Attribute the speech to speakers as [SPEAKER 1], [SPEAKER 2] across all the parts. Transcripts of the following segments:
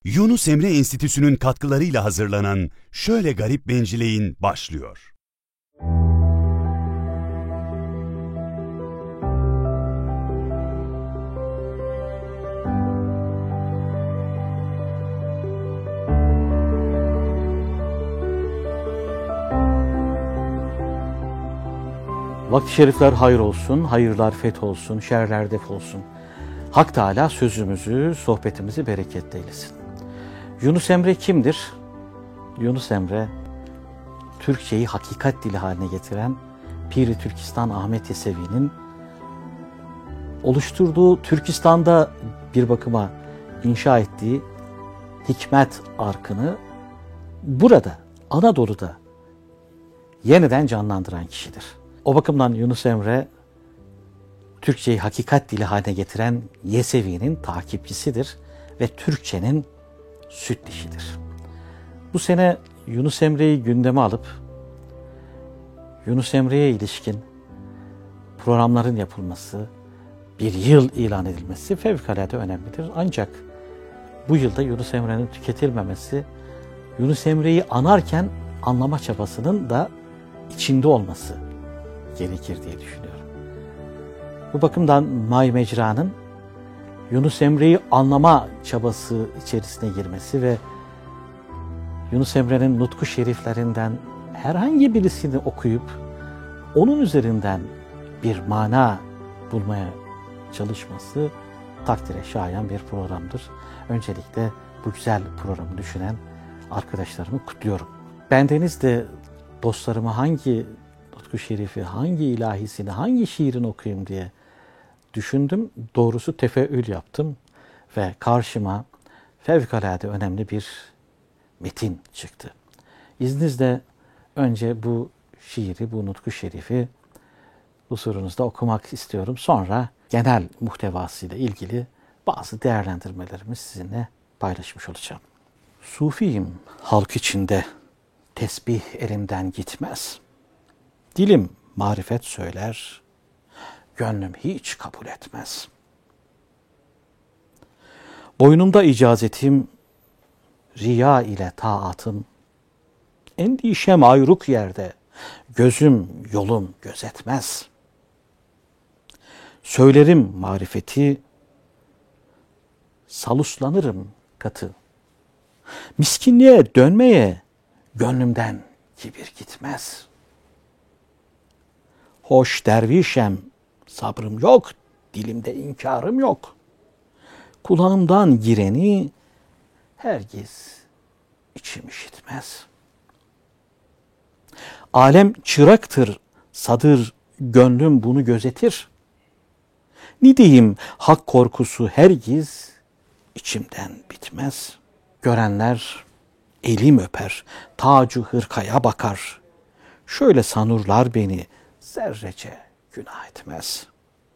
[SPEAKER 1] Yunus Emre Enstitüsü'nün katkılarıyla hazırlanan Şöyle Garip Bencileyin başlıyor.
[SPEAKER 2] Vakti şerifler hayır olsun, hayırlar feth olsun, şerler def olsun. Hak Teâlâ sözümüzü, sohbetimizi bereketli eylesin. Yunus Emre kimdir? Yunus Emre, Türkçeyi hakikat dili haline getiren Pir-i Türkistan Ahmet Yesevi'nin oluşturduğu, Türkistan'da bir bakıma inşa ettiği hikmet arkını burada, Anadolu'da yeniden canlandıran kişidir. O bakımdan Yunus Emre, Türkçeyi hakikat dili haline getiren Yesevi'nin takipçisidir ve Türkçenin süt dişidir. Bu sene Yunus Emre'yi gündeme alıp, Yunus Emre'ye ilişkin programların yapılması, bir yıl ilan edilmesi fevkalade önemlidir. Ancak bu yılda Yunus Emre'nin tüketilmemesi, Yunus Emre'yi anarken anlama çabasının da içinde olması gerekir diye düşünüyorum. Bu bakımdan May Mecra'nın Yunus Emre'yi anlama çabası içerisine girmesi ve Yunus Emre'nin nutku şeriflerinden herhangi birisini okuyup onun üzerinden bir mana bulmaya çalışması takdire şayan bir programdır. Öncelikle bu güzel programı düşünen arkadaşlarımı kutluyorum. Bendeniz de dostlarıma hangi nutku şerifi, hangi ilahisini, hangi şiirini okuyayım diye düşündüm. Doğrusu tefeül yaptım ve karşıma fevkalade önemli bir metin çıktı. İzninizle önce bu şiiri, bu nutku şerifi huzurunuzda okumak istiyorum. Sonra genel muhtevasıyla ilgili bazı değerlendirmelerimi sizinle paylaşmış olacağım. Sufiyim halk içinde, tesbih elimden gitmez. Dilim marifet söyler, gönlüm hiç kabul etmez. Boynumda icazetim, riya ile taatım, endişem ayrık yerde, gözüm yolum gözetmez. Söylerim marifeti, saluslanırım katı. Miskinliğe dönmeye gönlümden kibir gitmez. Hoş dervişem, sabrım yok, dilimde inkarım yok. Kulağımdan gireni hergiz içim işitmez. Alem çıraktır, sadır gönlüm bunu gözetir. Ne diyeyim hak korkusu hergiz içimden bitmez. Görenler elim öper, tacı hırkaya bakar. Şöyle sanurlar beni, zerrece günah etmez.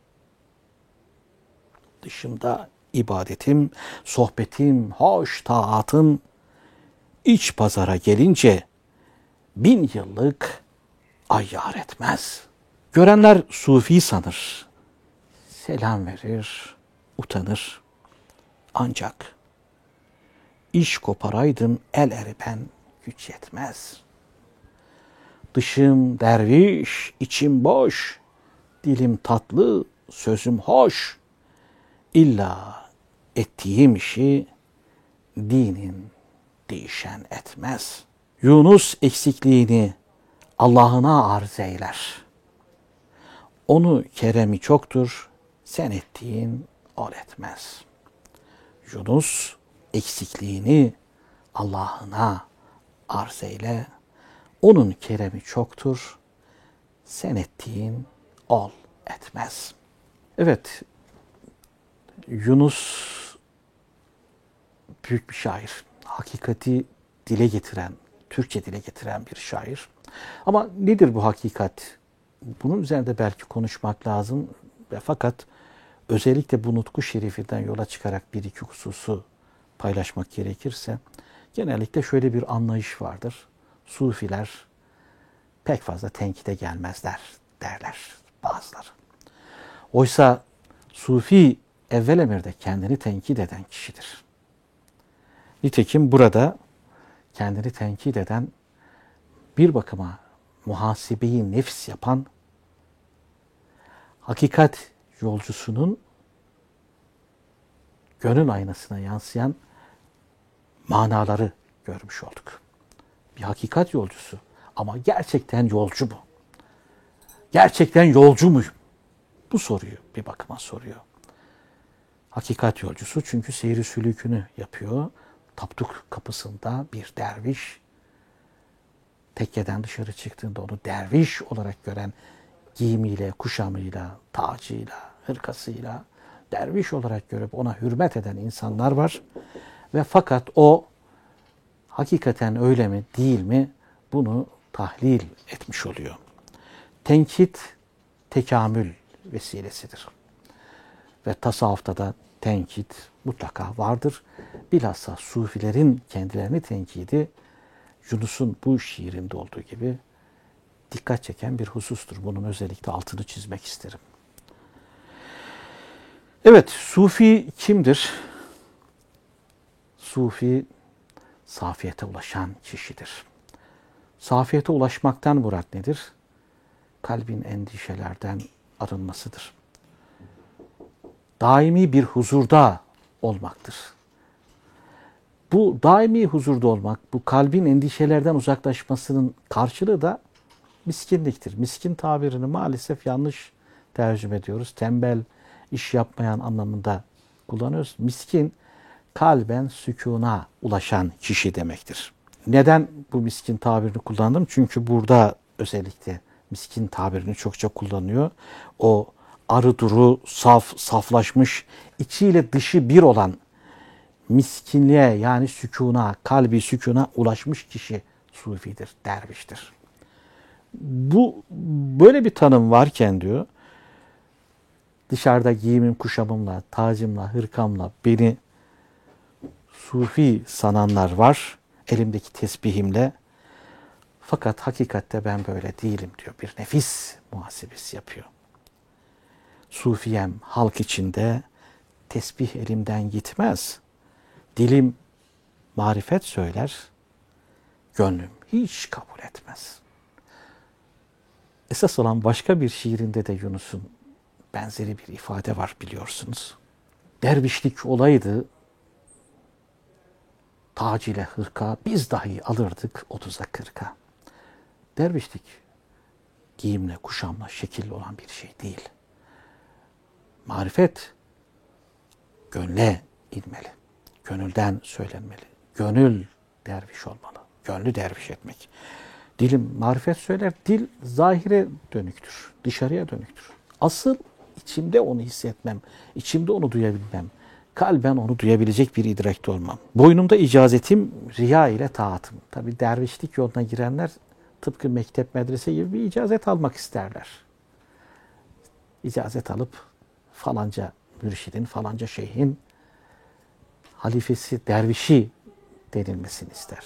[SPEAKER 2] Dışımda ibadetim, sohbetim, hoş taatım, iç pazara gelince 1000 yıllık ayyar etmez. Görenler sufi sanır, selam verir, utanır. Ancak iş koparaydım el ben güç yetmez. Dışım derviş, içim boş, dilim tatlı, sözüm hoş. İlla ettiğim işi dinin değişen etmez. Yunus eksikliğini Allah'ına arz eyler. Onu keremi çoktur, sen ettiğin ol etmez. Yunus eksikliğini Allah'ına arz eyle. Onun keremi çoktur, sen ettiğin ol etmez. Evet, Yunus büyük bir şair. Hakikati dile getiren, Türkçe dile getiren bir şair. Ama nedir bu hakikat? Bunun üzerinde belki konuşmak lazım. Fakat özellikle bu nutku şerifinden yola çıkarak bir iki hususu paylaşmak gerekirse, genellikle şöyle bir anlayış vardır. Sufiler pek fazla tenkide gelmezler derler bazıları. Oysa Sufi evvel emirde kendini tenkit eden kişidir. Nitekim burada kendini tenkit eden, bir bakıma muhasebeyi nefs yapan, hakikat yolcusunun gönül aynasına yansıyan manaları görmüş olduk. Bir hakikat yolcusu ama gerçekten yolcu mu? Gerçekten yolcu muyum? Bu soruyu bir bakıma soruyor. Hakikat yolcusu çünkü seyri sülükünü yapıyor. Tapduk kapısında bir derviş, tekkeden dışarı çıktığında onu derviş olarak gören, giyimiyle, kuşamıyla, tacıyla, hırkasıyla derviş olarak görüp ona hürmet eden insanlar var. Ve fakat o hakikaten öyle mi, değil mi? Bunu tahlil etmiş oluyor. Tenkit, tekamül vesilesidir. Ve tasavvufta da tenkit mutlaka vardır. Bilhassa sufilerin kendilerini tenkidi, Yunus'un bu şiirinde olduğu gibi dikkat çeken bir husustur. Bunun özellikle altını çizmek isterim. Evet, Sufi kimdir? Sufi, safiyete ulaşan kişidir. Safiyete ulaşmaktan murat nedir? Kalbin endişelerden arınmasıdır. Daimi bir huzurda olmaktır. Bu daimi huzurda olmak, bu kalbin endişelerden uzaklaşmasının karşılığı da miskinliktir. Miskin tabirini maalesef yanlış tercüme ediyoruz. Tembel, iş yapmayan anlamında kullanıyoruz. Miskin, kalben sükûna ulaşan kişi demektir. Neden bu miskin tabirini kullandım? Çünkü burada özellikle miskin tabirini çokça kullanıyor. O arı duru, saflaşmış, içiyle dışı bir olan miskinliğe yani sükûna, kalbi sükûna ulaşmış kişi sufidir, derviştir. Bu böyle bir tanım varken diyor, dışarıda giyimim, kuşamımla, tacımla, hırkamla beni sufi sananlar var, elimdeki tesbihimle. Fakat hakikatte ben böyle değilim diyor. Bir nefis muhasebesi yapıyor. Sufiyem halk içinde, tesbih elimden gitmez. Dilim marifet söyler, gönlüm hiç kabul etmez. Esas olan başka bir şiirinde de Yunus'un benzeri bir ifade var biliyorsunuz. Dervişlik olaydı, tac ile hırka biz dahi alırdık 30'a 40'a. Dervişlik giyimle, kuşamla şekilli olan bir şey değil. Marifet gönle inmeli. Gönülden söylenmeli. Gönül derviş olmalı. Gönlü derviş etmek. Dilim marifet söyler, dil zahire dönüktür. Dışarıya dönüktür. Asıl içimde onu hissetmem, içimde onu duyabilmem, kalben onu duyabilecek bir idrakte olmam. Boynumda icazetim, riya ile taatım. Tabi dervişlik yoluna girenler tıpkı mektep medrese gibi bir icazet almak isterler. İcazet alıp falanca mürşidin, falanca şeyhin halifesi, dervişi denilmesini ister.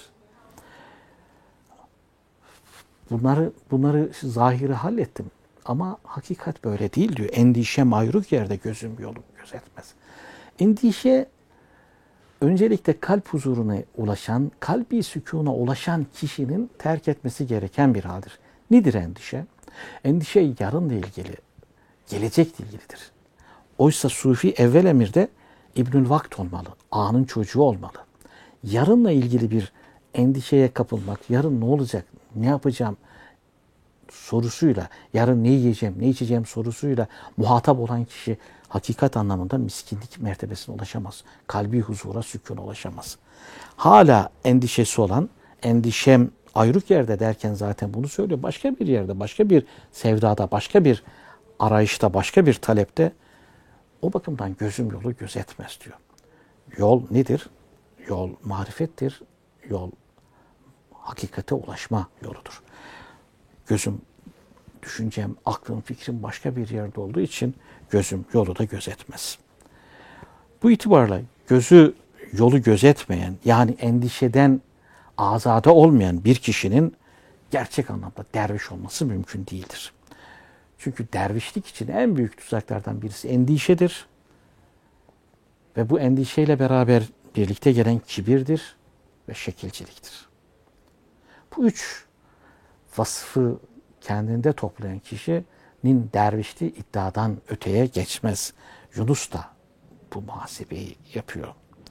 [SPEAKER 2] Bunları zahiri hallettim. Ama hakikat böyle değil diyor. Endişe mayruk yerde gözüm yolum gözetmez. Endişe öncelikle kalp huzuruna ulaşan, kalbi sükûna ulaşan kişinin terk etmesi gereken bir haldir. Nedir endişe? Endişe yarınla ilgili, gelecekle ilgilidir. Oysa Sufi evvel emirde İbnül Vakt olmalı, anın çocuğu olmalı. Yarınla ilgili bir endişeye kapılmak, yarın ne olacak, ne yapacağım sorusuyla, yarın ne yiyeceğim, ne içeceğim sorusuyla muhatap olan kişi hakikat anlamında miskinlik mertebesine ulaşamaz. Kalbi huzura, sükûna ulaşamaz. Hala endişesi olan, endişem ayrık yerde derken zaten bunu söylüyor. Başka bir yerde, başka bir sevdada, başka bir arayışta, başka bir talepte o bakımdan gözüm yolu gözetmez diyor. Yol nedir? Yol marifettir. Yol hakikate ulaşma yoludur. Gözüm, düşüncem, aklım, fikrim başka bir yerde olduğu için gözüm yolu da gözetmez. Bu itibarla yolu gözetmeyen, yani endişeden azade olmayan bir kişinin gerçek anlamda derviş olması mümkün değildir. Çünkü dervişlik için en büyük tuzaklardan birisi endişedir. Ve bu endişeyle beraber birlikte gelen kibirdir ve şekilciliktir. Bu üç vasfı kendinde toplayan kişinin dervişliği iddiadan öteye geçmez. Yunus da bu muhasebeyi yapıyor.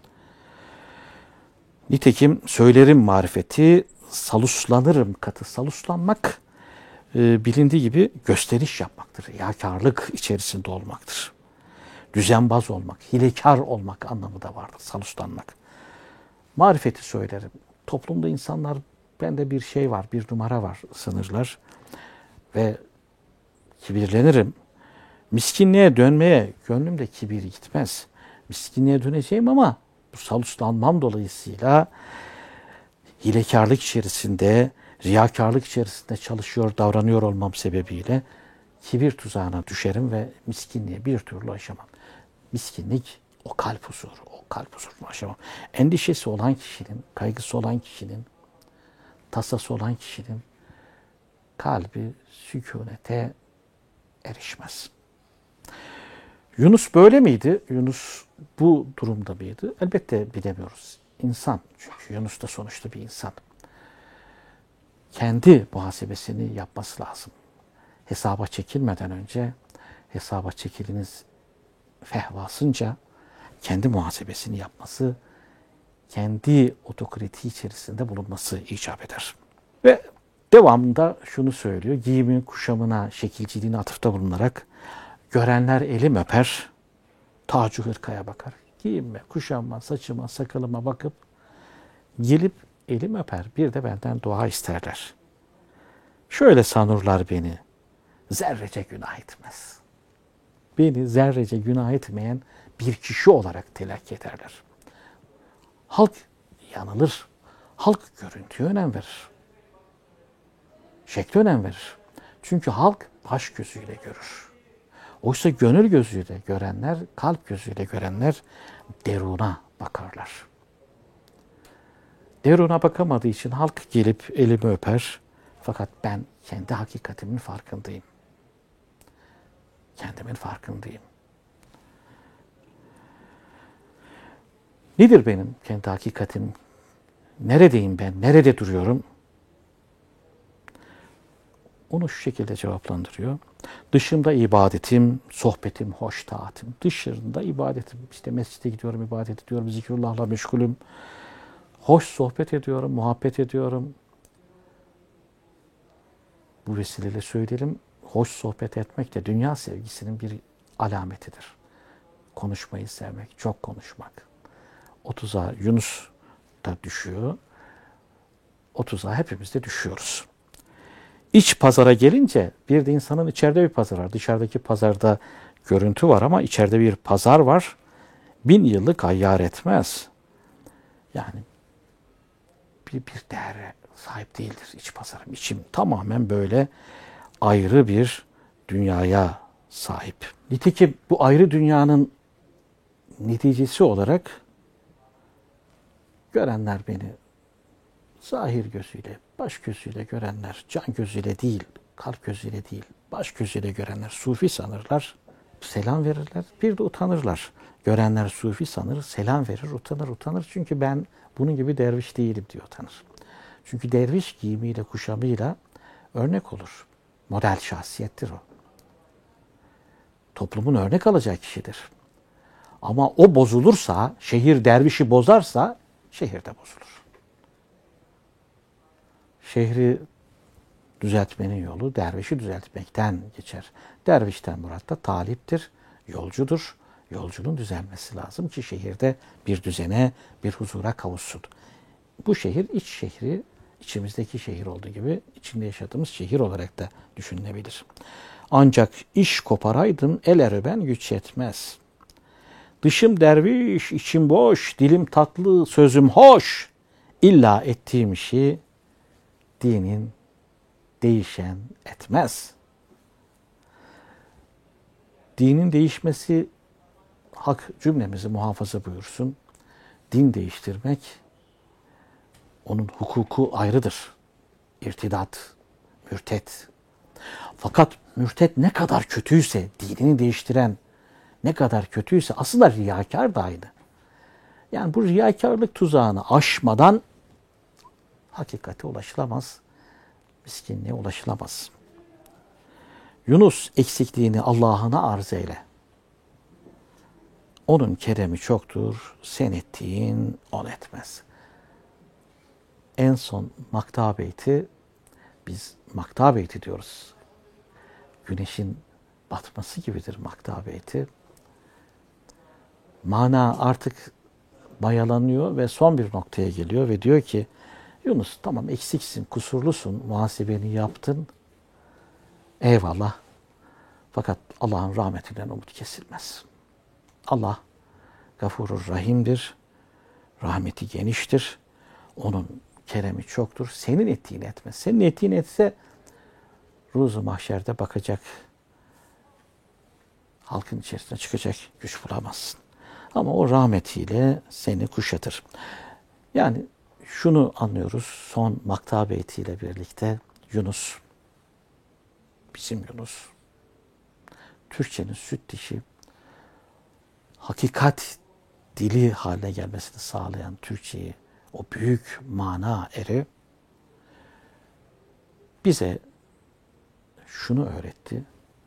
[SPEAKER 2] Nitekim söylerim marifeti, saluslanırım katı. Saluslanmak bilindiği gibi gösteriş yapmaktır. Riyakarlık içerisinde olmaktır. Düzenbaz olmak, hilekar olmak anlamı da vardır saluslanmak. Marifeti söylerim. Toplumda insanlar, bende bir şey var, bir numara var sanırlar ve kibirlenirim. Miskinliğe dönmeye gönlümde kibir gitmez. Miskinliğe döneceğim ama bu saluslanmam dolayısıyla hilekarlık içerisinde, riyakarlık içerisinde çalışıyor, davranıyor olmam sebebiyle kibir tuzağına düşerim ve miskinliğe bir türlü aşamam. Miskinlik o kalp huzuru, o kalp huzurunu aşamam. Endişesi olan kişinin, kaygısı olan kişinin, tasası olan kişinin kalbi sükunete erişmez. Yunus böyle miydi? Yunus bu durumda mıydı? Elbette bilemiyoruz. İnsan, çünkü Yunus da sonuçta bir insan. Kendi muhasebesini yapması lazım. Hesaba çekilmeden önce, hesaba çekiliniz fehvasınca kendi muhasebesini yapması, kendi otokritiği içerisinde bulunması icap eder. Ve devamında şunu söylüyor, giyimin kuşamına, şekilciliğine atıfta bulunarak, görenler elim öper, tacı hırkaya bakar. Giyinme, kuşanma, saçıma, sakalıma bakıp gelip elim öper. Bir de benden dua isterler. Şöyle sanırlar beni, zerrece günah etmez. Beni zerrece günah etmeyen bir kişi olarak telakki ederler. Halk yanılır. Halk görüntüye önem verir. Şekle önem verir. Çünkü halk baş gözüyle görür. Oysa gönül gözüyle görenler, kalp gözüyle görenler deruna bakarlar. Deruna bakamadığı için halk gelip elimi öper. Fakat ben kendi hakikatimin farkındayım. Kendimin farkındayım. Nedir benim kendi hakikatim? Neredeyim ben? Nerede duruyorum? Onu şu şekilde cevaplandırıyor. Dışımda ibadetim, sohbetim, hoş taatim. Dışarında ibadetim. İşte mescide gidiyorum, ibadet ediyorum, zikrullahla meşgulüm. Hoş sohbet ediyorum, muhabbet ediyorum. Bu vesileyle söyleyelim, hoş sohbet etmek de dünya sevgisinin bir alametidir. Konuşmayı sevmek, çok konuşmak. 30'a Yunus da düşüyor. 30'a hepimiz de düşüyoruz. İç pazara gelince bir de insanın içeride bir pazar var. Dışarıdaki pazarda görüntü var ama içeride bir pazar var. 1000 yıllık ayyar etmez. Yani bir değere sahip değildir iç pazarım. İçim tamamen böyle ayrı bir dünyaya sahip. Nitekim bu ayrı dünyanın neticesi olarak görenler beni zahir gözüyle, baş gözüyle görenler, can gözüyle değil, kalp gözüyle değil, baş gözüyle görenler sufi sanırlar, selam verirler, bir de utanırlar. Görenler sufi sanır, selam verir, utanır. Çünkü ben bunun gibi derviş değilim diye utanır. Çünkü derviş giyimiyle, kuşamıyla örnek olur. Model şahsiyettir o. Toplumun örnek alacağı kişidir. Ama o bozulursa, şehir dervişi bozarsa, şehir de bozulur. Şehri düzeltmenin yolu dervişi düzeltmekten geçer. Dervişten murat da taliptir, yolcudur. Yolcunun düzelmesi lazım ki şehirde bir düzene, bir huzura kavuşsun. Bu şehir iç şehri, içimizdeki şehir olduğu gibi içinde yaşadığımız şehir olarak da düşünülebilir. Ancak iş koparaydım el erben güç yetmez. Dışım derviş, içim boş, dilim tatlı, sözüm hoş. İlla ettiğim işi dinin değişen etmez. Dinin değişmesi hak cümlemizi muhafaza buyursun. Din değiştirmek onun hukuku ayrıdır. İrtidat, mürtet. Fakat mürtet ne kadar kötüyse, dinini değiştiren ne kadar kötüyse aslında riyakar da aynı. Yani bu riyakarlık tuzağını aşmadan hakikate ulaşılamaz, miskinliğe ulaşılamaz. Yunus eksikliğini Allah'ına arz eyle. Onun keremi çoktur, sen ettiğin on etmez. En son Makta Beyti, biz Makta Beyti diyoruz. Güneşin batması gibidir Makta Beyti. Mana artık mayalanıyor ve son bir noktaya geliyor ve diyor ki Yunus tamam eksiksin, kusurlusun, muhasebeni yaptın. Eyvallah. Fakat Allah'ın rahmetinden umut kesilmez. Allah Gafurur Rahim'dir. Rahmeti geniştir. Onun keremi çoktur. Senin ettiğini etmez. Senin ettiğini etse ruzu mahşerde bakacak, halkın içerisine çıkacak güç bulamazsın. Ama o rahmetiyle seni kuşatır. Yani şunu anlıyoruz son Makta Beyti ile birlikte Yunus, bizim Yunus, Türkçenin süt dişi, hakikat dili haline gelmesini sağlayan Türkçeyi, o büyük mana eri bize şunu öğretti.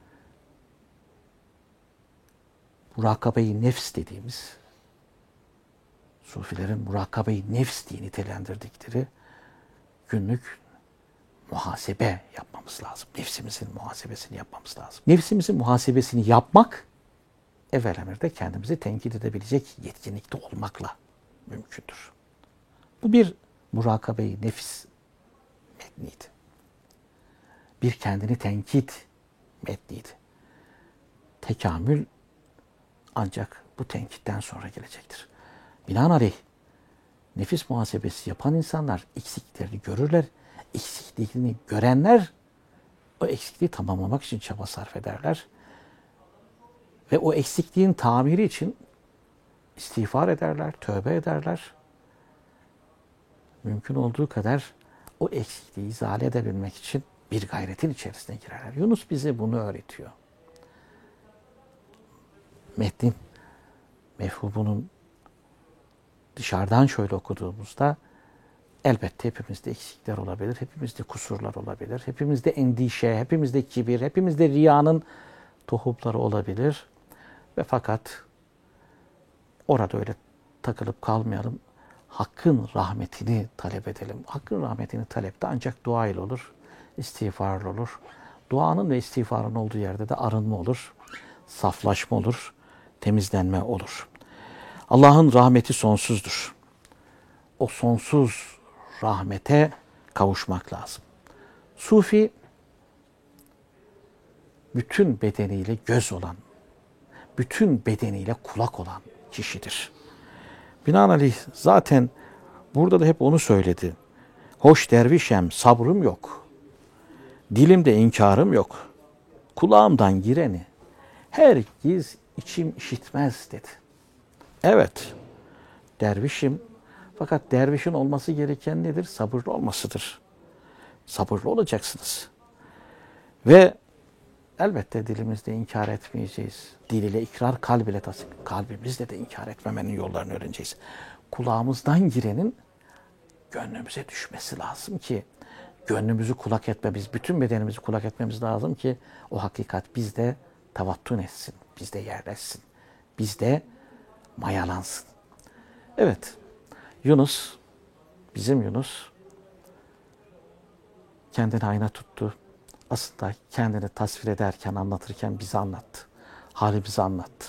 [SPEAKER 2] Murakabe-i nefs dediğimiz, Sufilerin murakabe-i nefs diye nitelendirdikleri günlük muhasebe yapmamız lazım. Nefsimizin muhasebesini yapmamız lazım. Nefsimizin muhasebesini yapmak, evvel emirde kendimizi tenkit edebilecek yetkinlikte olmakla mümkündür. Bu bir murakabe-i nefs metniydi. Bir kendini tenkit metniydi. Tekamül ancak bu tenkitten sonra gelecektir. Binaenaleyh nefis muhasebesi yapan insanlar eksikliklerini görürler. Eksikliğini görenler o eksikliği tamamlamak için çaba sarf ederler. Ve o eksikliğin tamiri için istiğfar ederler, tövbe ederler. Mümkün olduğu kadar o eksikliği izale edebilmek için bir gayretin içerisine girerler. Yunus bize bunu öğretiyor. Metnin mefhubunun dışarıdan şöyle okuduğumuzda elbette hepimizde eksikler olabilir, hepimizde kusurlar olabilir, hepimizde endişe, hepimizde kibir, hepimizde riyanın tohumları olabilir. Ve fakat orada öyle takılıp kalmayalım. Hakkın rahmetini talep edelim. Hakkın rahmetini talepte ancak dua ile olur, istiğfarla olur. Duanın ve istiğfarın olduğu yerde de arınma olur, saflaşma olur, temizlenme olur. Allah'ın rahmeti sonsuzdur. O sonsuz rahmete kavuşmak lazım. Sufi, bütün bedeniyle göz olan, bütün bedeniyle kulak olan kişidir. Binaenaleyh zaten burada da hep onu söyledi. Hoş dervişem, sabrım yok. Dilimde inkarım yok. Kulağımdan gireni herkes içim işitmez dedi. Evet, dervişim. Fakat dervişin olması gereken nedir? Sabırlı olmasıdır. Sabırlı olacaksınız. Ve elbette dilimizde inkar etmeyeceğiz. Dil ile ikrar, kalb ile tasdik. Kalbimizle de inkar etmemenin yollarını öğreneceğiz. Kulağımızdan girenin gönlümüze düşmesi lazım ki gönlümüzü kulak etmemiz, bütün bedenimizi kulak etmemiz lazım ki o hakikat bizde tavattun etsin, bizde yerleşsin, bizde mayalansın. Evet, Yunus, bizim Yunus kendini ayna tuttu. Aslında kendini tasvir ederken, anlatırken bize anlattı. Halimizi anlattı.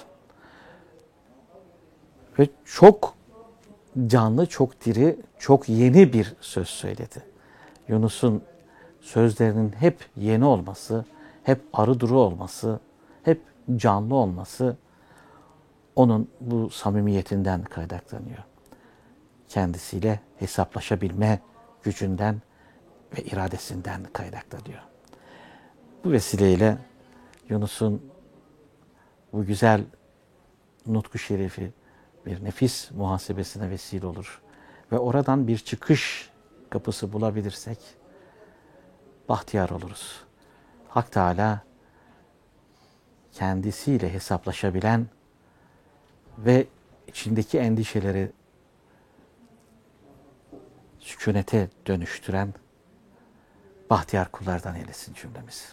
[SPEAKER 2] Ve çok canlı, çok diri, çok yeni bir söz söyledi. Yunus'un sözlerinin hep yeni olması, hep arı duru olması, hep canlı olması onun bu samimiyetinden kaynaklanıyor. Kendisiyle hesaplaşabilme gücünden ve iradesinden kaynaklanıyor. Bu vesileyle Yunus'un bu güzel nutku şerifi bir nefis muhasebesine vesile olur. Ve oradan bir çıkış kapısı bulabilirsek bahtiyar oluruz. Hak Teâlâ kendisiyle hesaplaşabilen ve içindeki endişeleri sükunete dönüştüren bahtiyar kullardan eylesin cümlemizi.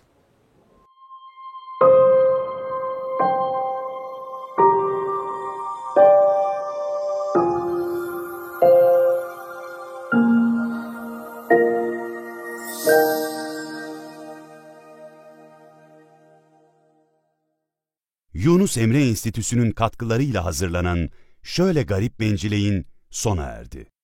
[SPEAKER 1] Yunus Emre Enstitüsü'nün katkılarıyla hazırlanan Şöyle Garip Bencileyin sona erdi.